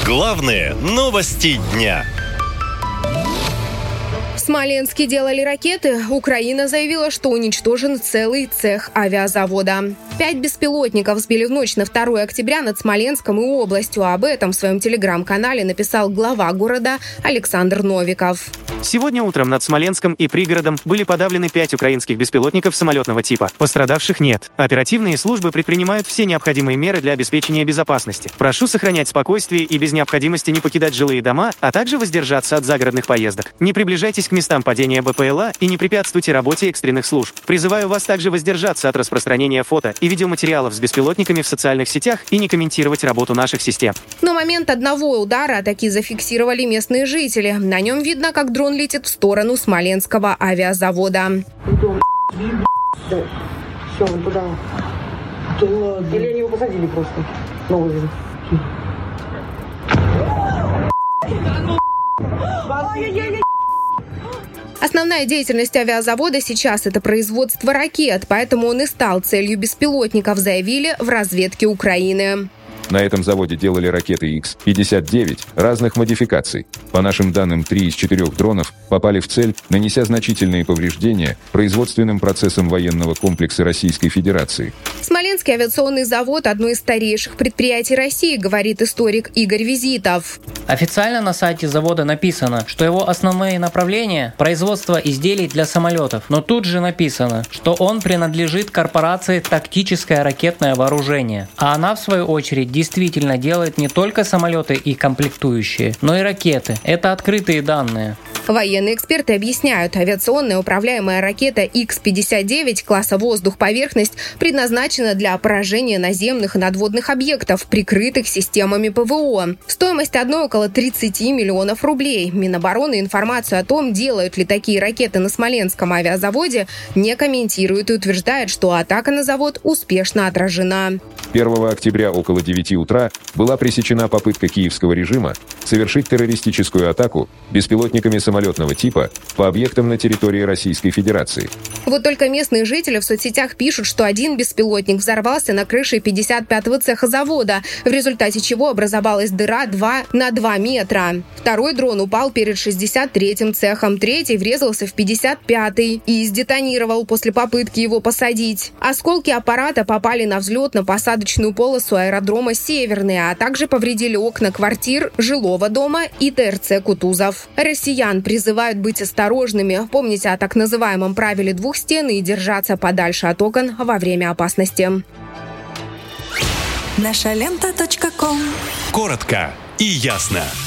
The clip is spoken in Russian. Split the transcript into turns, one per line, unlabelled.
Главные новости дня.
В Смоленске делали ракеты. Украина заявила, что уничтожен целый цех авиазавода. 5 беспилотников сбили в ночь на 2 октября над Смоленском и областью. Об этом в своем телеграм-канале написал глава города Александр Новиков.
Сегодня утром над Смоленском и пригородом были подавлены 5 украинских беспилотников самолетного типа. Пострадавших нет. Оперативные службы предпринимают все необходимые меры для обеспечения безопасности. Прошу сохранять спокойствие и без необходимости не покидать жилые дома, а также воздержаться от загородных поездок. Не приближайтесь к местам падения БПЛА и не препятствуйте работе экстренных служб. Призываю вас также воздержаться от распространения фото и видеоматериалов с беспилотниками в социальных сетях и не комментировать работу наших систем.
На момент одного удара таки зафиксировали местные жители. На нем видно, как дрон летит в сторону Смоленского авиазавода.
Все, он туда. Да ладно. Или они его посадили просто. Новый.
Основная деятельность авиазавода сейчас – это производство ракет, поэтому он и стал целью беспилотников, заявили в разведке Украины.
На этом заводе делали ракеты Х-59 разных модификаций. По нашим данным, 3 из 4 дронов попали в цель, нанеся значительные повреждения производственным процессам военного комплекса Российской Федерации.
Смоленский авиационный завод – одно из старейших предприятий России, говорит историк Игорь Визитов.
Официально на сайте завода написано, что его основные направления – производство изделий для самолетов. Но тут же написано, что он принадлежит корпорации «Тактическое ракетное вооружение». А она, в свою очередь, действительно делает не только самолеты и комплектующие, но и ракеты. Это открытые данные.
Военные эксперты объясняют, авиационная управляемая ракета Х-59 класса «Воздух-поверхность» предназначена для поражения наземных и надводных объектов, прикрытых системами ПВО. Стоимость одной около 30 миллионов рублей. Минобороны информацию о том, делают ли такие ракеты на Смоленском авиазаводе, не комментирует и утверждает, что атака на завод успешно отражена.
1 октября около 9 утра была пресечена попытка киевского режима совершить террористическую атаку беспилотниками самолетного типа по объектам на территории Российской Федерации.
Вот только местные жители в соцсетях пишут, что один беспилотник взорвался на крыше 55-го цеха завода, в результате чего образовалась дыра 2 на 2 метра. Второй дрон упал перед 63-м цехом, третий врезался в 55-й и сдетонировал после попытки его посадить. Осколки аппарата попали на взлетно-посадочную полосу аэродрома «Северный», а также повредили окна квартир, жилого дома и ТРЦ «Кутузов». Россиян призывают быть осторожными, помнить о так называемом правиле 2 стен и держаться подальше от окон во время опасности.
Нашалента.ком.
Коротко и ясно.